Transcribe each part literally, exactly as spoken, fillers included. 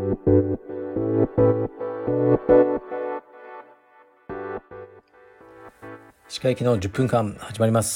歯科行きのじゅっぷんかん始まります。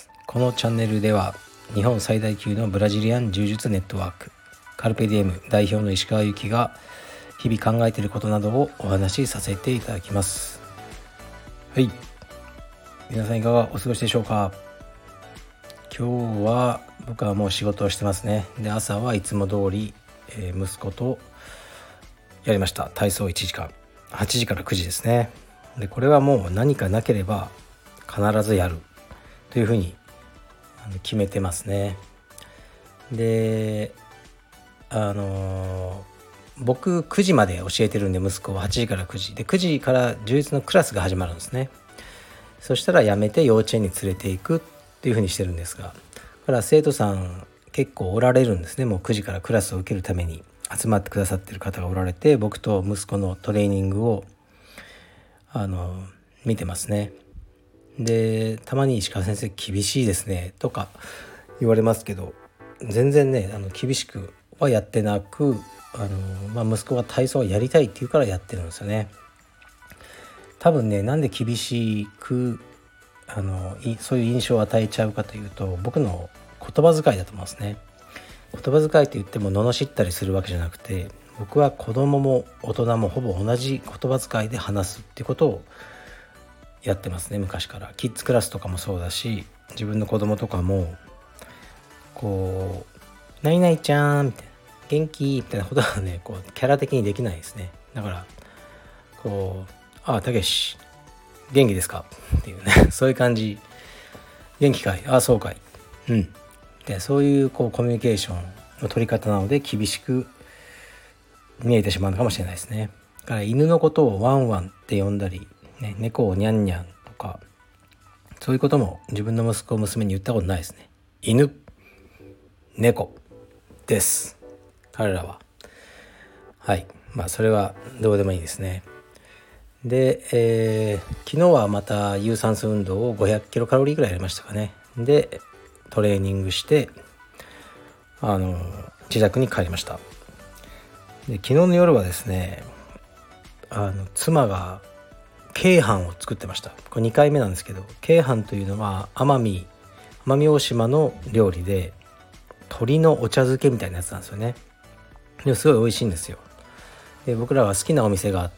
このチャンネルでは日本最大級のブラジリアン柔術ネットワークカルペディエム代表の石川由紀が日々考えていることなどをお話しさせていただきます。はい、皆さんいかがお過ごしでしょうか。今日は僕はもう仕事をしてますね。で、朝はいつも通り、えー、息子とやりました。体操いちじかん、はちじからくじですね。で、これはもう何かなければ必ずやるというふうに決めてますね。で、あのー、僕くじまで教えてるんで、息子ははちじからくじで、くじから柔術のクラスが始まるんですね。そしたらやめて幼稚園に連れていくっていうふうにしてるんですが、だから生徒さん結構おられるんですね。もうくじからクラスを受けるために集まってくださってる方がおられて、僕と息子のトレーニングをあの見てますね。で、たまに石川先生厳しいですねとか言われますけど、全然ね、あの厳しくはやってなく、あの、まあ、息子が体操をやりたいって言うからやってるんですよね。多分ね、なんで厳しくあのそういう印象を与えちゃうかというと、僕の言葉遣いだと思いますね。言葉遣いって言っても罵ったりするわけじゃなくて、僕は子供も大人もほぼ同じ言葉遣いで話すってことをやってますね。昔からキッズクラスとかもそうだし、自分の子供とかもこう何々ちゃんみたいな、元気みたいなことはね、こうキャラ的にできないですね。だからこう、ああたけし元気ですかっていうねそういう感じ。元気かい、ああそうかい、うんで、そういうこうコミュニケーションの取り方なので厳しく見えてしまうのかもしれないですね。だから犬のことをワンワンって呼んだり、ね、猫をニャンニャンとか、そういうことも自分の息子娘に言ったことないですね。犬、猫です彼らは。はい、まあそれはどうでもいいですね。で、えー、昨日はまた有酸素運動をごひゃくキロカロリーぐらいやりましたかね。で、トレーニングしてあの自宅に帰りました。で、昨日の夜はですね、あの妻が鶏飯を作ってました。これにかいめなんですけど、鶏飯というのは奄美奄美大島の料理で、鶏のお茶漬けみたいなやつなんですよね。ですごい美味しいんですよ。で、僕らは好きなお店があって、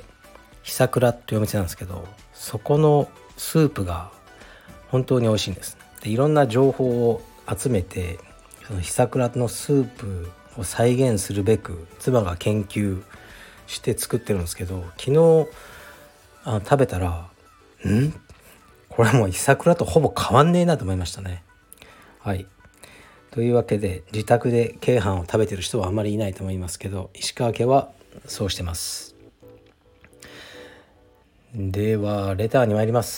久倉っていうお店なんですけど、そこのスープが本当に美味しいんです。で、いろんな情報を集めて、その久倉のスープを再現するべく妻が研究して作ってるんですけど、昨日あ食べたら、んこれもう久倉とほぼ変わんねえなと思いましたね。はい、というわけで、自宅で鶏飯を食べてる人はあまりいないと思いますけど、石川家はそうしてます。ではレターに参ります。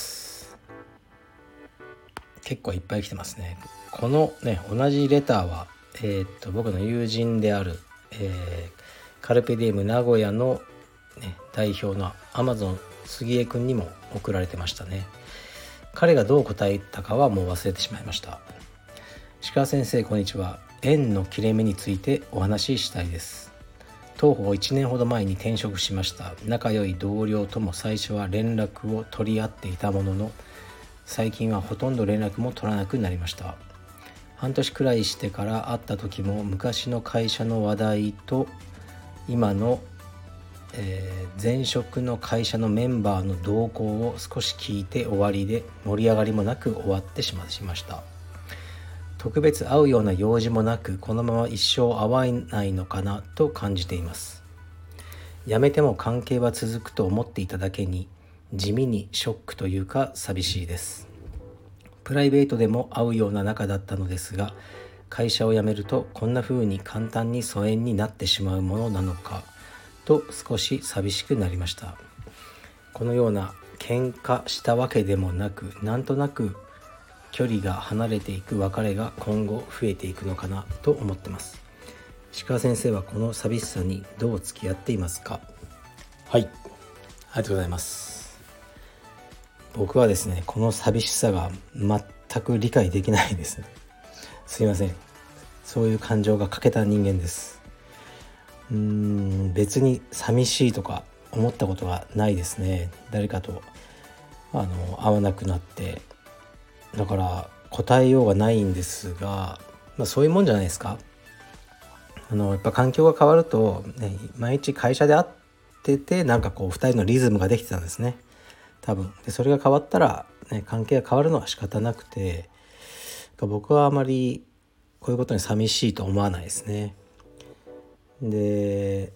結構いっぱい来てますね。このね、同じレターは、えー、っと僕の友人である、えー、カルペディエム名古屋の、ね、代表のアマゾン杉江くんにも送られてましたね。彼がどう答えたかはもう忘れてしまいました。石川先生、こんにちは。縁の切れ目についてお話ししたいです。当方いちねんほど前に転職しました。仲良い同僚とも最初は連絡を取り合っていたものの、最近はほとんど連絡も取らなくなりました。半年くらいしてから会った時も、昔の会社の話題と今の、えー、前職の会社のメンバーの動向を少し聞いて終わりで、盛り上がりもなく終わってしまいました。特別会うような用事もなく、このまま一生会わないのかなと感じています。辞めても関係は続くと思っていただけに、地味にショックというか寂しいです。プライベートでも会うような仲だったのですが、会社を辞めるとこんな風に簡単に疎遠になってしまうものなのかと少し寂しくなりました。このような喧嘩したわけでもなく、なんとなく距離が離れていく別れが今後増えていくのかなと思ってます。石川先生はこの寂しさにどう付き合っていますか？はい、ありがとうございます。僕はですね、この寂しさが全く理解できないですね。すいません。そういう感情が欠けた人間です。うーん別に寂しいとか思ったことがないですね。誰かとあの会わなくなって。だから答えようがないんですが、まあ、そういうもんじゃないですか。あのやっぱ環境が変わると、ね、毎日会社で会っててなんかこうふたりのリズムができてたんですね、多分。でそれが変わったら、ね、関係が変わるのは仕方なくて、僕はあまりこういうことに寂しいと思わないですね。で、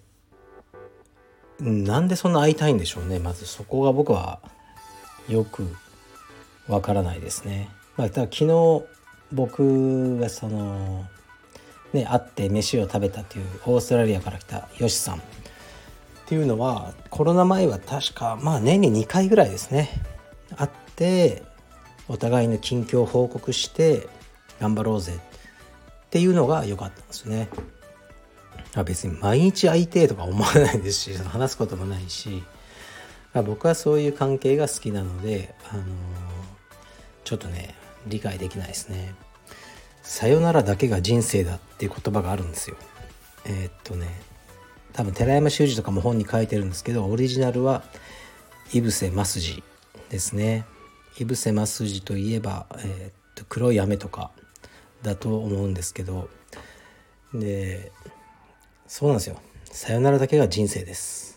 なんでそんな会いたいんでしょうね。まずそこが僕はよくわからないですね。まあ、ただ昨日僕がそのね会って飯を食べたというオーストラリアから来たヨシさんっていうのは、コロナ前は確かまあ年ににかいぐらいですね、会ってお互いの近況を報告して頑張ろうぜっていうのが良かったんですね。別に毎日会いてえとか思わないですし、話すこともないし、僕はそういう関係が好きなので、あのー、ちょっとね理解できないですね。さよならだけが人生だっていう言葉があるんですよ。えー、っとね多分寺山修司とかも本に書いてるんですけど、オリジナルは井伏正治ですね。井伏正治といえば、えー、っと黒い雨とかだと思うんですけど、でそうなんですよ。さよならだけが人生です。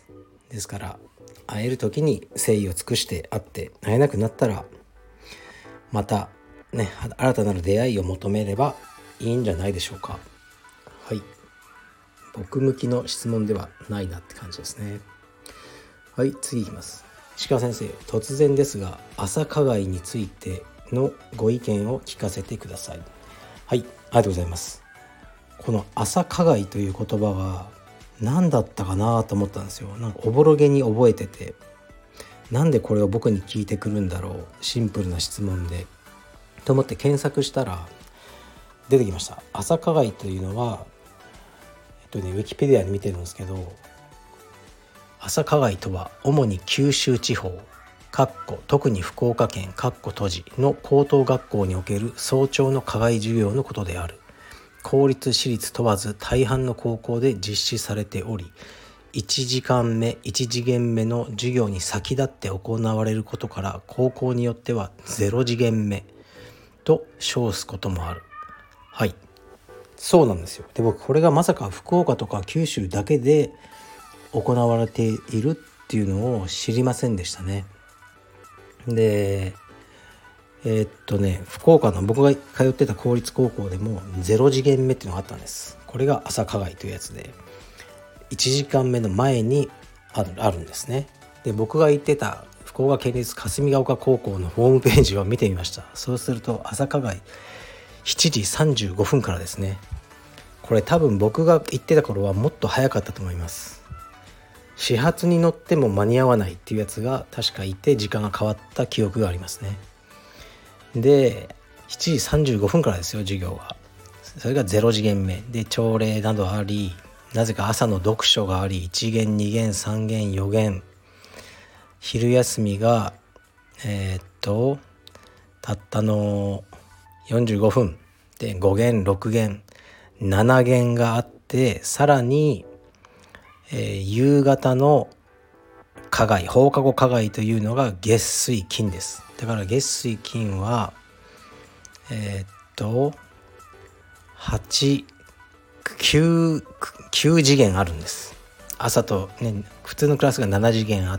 ですから会える時に誠意を尽くして会って、会えなくなったらまたね新たなる出会いを求めればいいんじゃないでしょうか。はい、僕向きの質問ではないなって感じですね。はい、次いきます。石川先生、突然ですが朝課外についてのご意見を聞かせてください。はい、ありがとうございます。この朝課外という言葉は何だったかなと思ったんですよ。なんかおぼろげに覚えてて、なんでこれを僕に聞いてくるんだろう、シンプルな質問でと思って検索したら出てきました。朝課外というのは、えっとね、ウィキペディアに見てるんですけど、朝課外とは主に九州地方かっこ特に福岡県かっこ閉じの高等学校における早朝の課外授業のことである。公立私立問わず大半の高校で実施されており、いちじかんめいち次元目の授業に先立って行われることから高校によってはゼロ次元目と称すこともある。はい、そうなんですよ。で僕これがまさか福岡とか九州だけで行われているっていうのを知りませんでしたね。でえー、っとね福岡の僕が通ってた公立高校でもゼロ次元目っていうのがあったんです。これが朝課外というやつでいちじかんめの前にある、あるんですね。で僕が行ってた福岡県立霞ヶ丘高校のホームページを見てみました。そうすると朝課外しちじさんじゅうごふんからですね。これ多分僕が行ってた頃はもっと早かったと思います。始発に乗っても間に合わないっていうやつが確かいて、時間が変わった記憶がありますね。でしちじさんじゅうごふんからですよ、授業は。それがゼロ次元目で朝礼などあり、なぜか朝の読書があり、いち限に限さん限よ限、昼休みがえー、っとたったのよんじゅうごふんでご限ろく限なな限があって、さらに、えー、夕方の課外放課後課外というのが月水金です。だから月水金はえー、っとはち、きゅう、きゅう次元あるんです。朝とね、普通のクラスがなな次元あって、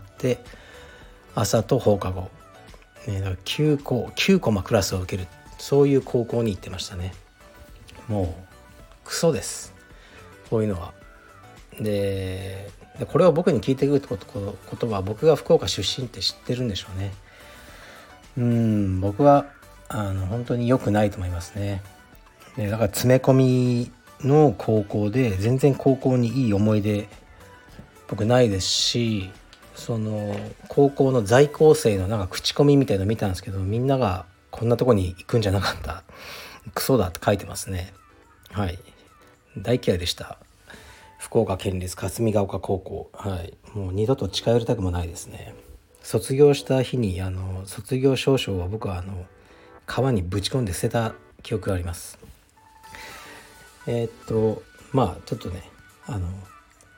朝と放課後、ね、だからきゅうこきゅうコマクラスを受ける、そういう高校に行ってましたね。もうクソです、こういうのは。でこれを僕に聞いてくるってことは、僕が福岡出身って知ってるんでしょうね。うん僕はあの本当に良くないと思いますね。でだから詰め込みの高校で全然高校にいい思い出僕ないですし、その高校の在校生のなんか口コミみたいなの見たんですけど、みんながこんなとこに行くんじゃなかった、クソだって書いてますね。はい、大嫌いでした。福岡県立霞ヶ丘高校、はい、もう二度と近寄りたくもないですね。卒業した日にあの卒業証書を僕はあの川にぶち込んで捨てた記憶があります。えー、っとまあちょっとねあの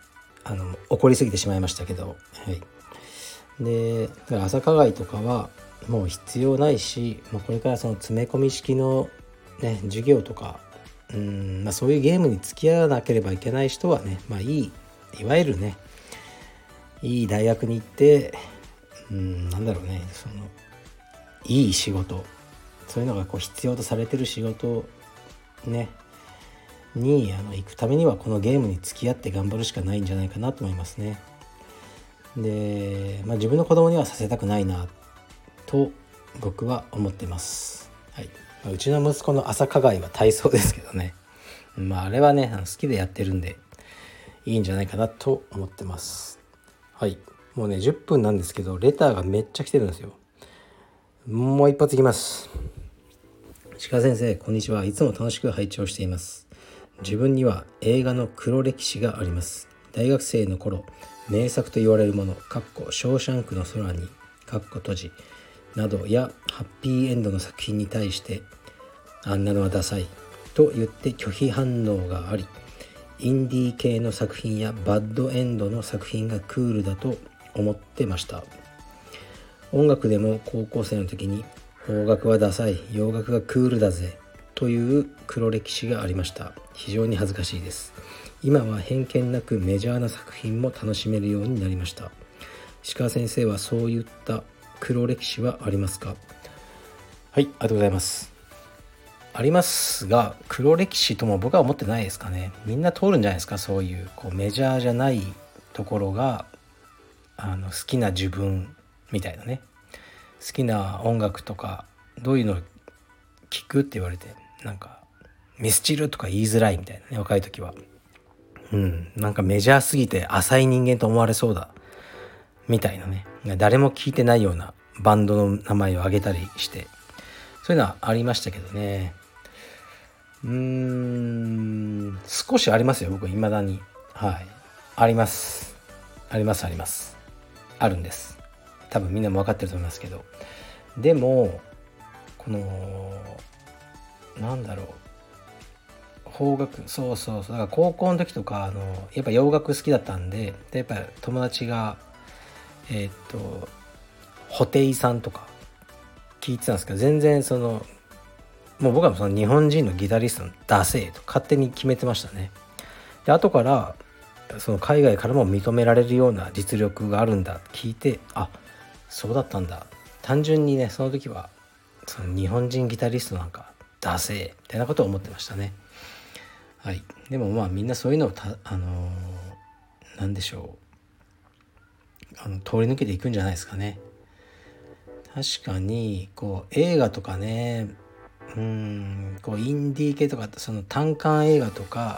あの怒りすぎてしまいましたけど、はい、で朝課外とかはもう必要ないし、まあ、これからその詰め込み式の、ね、授業とかうん、まあ、そういうゲームに付き合わなければいけない人はね、まあ、いいいわゆるねいい大学に行ってうんなんだろうねそのいい仕事そういうのがこう必要とされてる仕事ねにあの行くためにはこのゲームに付き合って頑張るしかないんじゃないかなと思いますね。で、まあ、自分の子供にはさせたくないなと僕は思ってます。はい、まあ、うちの息子の朝課外は体操ですけどね、まあ、あれはね好きでやってるんでいいんじゃないかなと思ってます。はい、もうねじゅっぷんなんですけどレターがめっちゃ来てるんですよ。もう一発いきます。鹿先生こんにちは。いつも楽しく拝聴しています。自分には映画の黒歴史があります。大学生の頃名作と言われるものかっこショーシャンクの空にかっこ閉じなどやハッピーエンドの作品に対してあんなのはダサいと言って拒否反応があり、インディー系の作品やバッドエンドの作品がクールだと思ってました。音楽でも高校生の時に邦楽はダサい、洋楽がクールだぜという黒歴史がありました。非常に恥ずかしいです。今は偏見なくメジャーな作品も楽しめるようになりました。石川先生はそういった黒歴史はありますか？はい、ありがとうございます。ありますが、黒歴史とも僕は思ってないですかね。みんな通るんじゃないですか。そういう、こうメジャーじゃないところがあの好きな自分みたいなね、好きな音楽とかどういうの聞くって言われてなんかミスチルとか言いづらいみたいなね、若い時は。うん、なんかメジャーすぎて浅い人間と思われそうだみたいなね、誰も聞いてないようなバンドの名前を挙げたりしてそういうのはありましたけどね。うーん少しありますよ僕未だに。はいありますありますありますあるんです。多分みんなも分かってると思いますけど、でもこのなんだろう邦楽そうそうそうだから高校の時とかあのやっぱ洋楽好きだったんで、でやっぱ友達がえー、っと布袋さんとか聞いてたんですけど、全然そのもう僕はその日本人のギタリストのダセーと勝手に決めてましたね。で後からその海外からも認められるような実力があるんだ聞いて、あそうだったんだ。単純にねその時はその日本人ギタリストなんかダセーみたいなことを思ってましたね。はい、でもまあみんなそういうのをたあのー、なんでしょうあの通り抜けていくんじゃないですかね。確かにこう映画とかねうーんこうインディー系とかその単館映画とか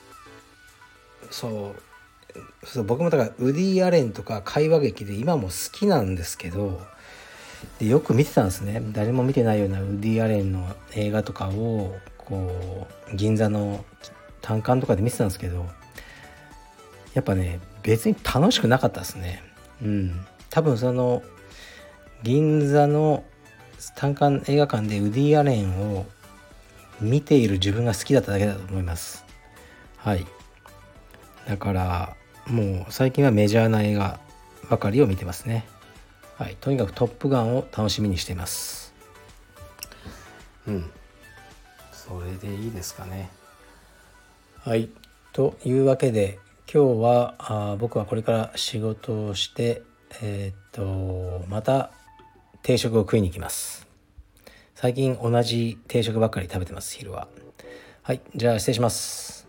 そうそう僕もだからウディ・アレンとか会話劇で今も好きなんですけど、でよく見てたんですね。誰も見てないようなウディ・アレンの映画とかをこう銀座の単館とかで見てたんですけど、やっぱね別に楽しくなかったですね。うん多分その銀座の単館映画館でウディ・アレンを見ている自分が好きだっただけだと思います。はいだからもう最近はメジャーな映画ばかりを見てますね。はいとにかくトップガンを楽しみにしています。うんそれでいいですかね。はいというわけで今日はあ僕はこれから仕事をしてえー、っとまた定食を食いに行きます。最近同じ定食ばっかり食べてます昼は。はいじゃあ失礼します。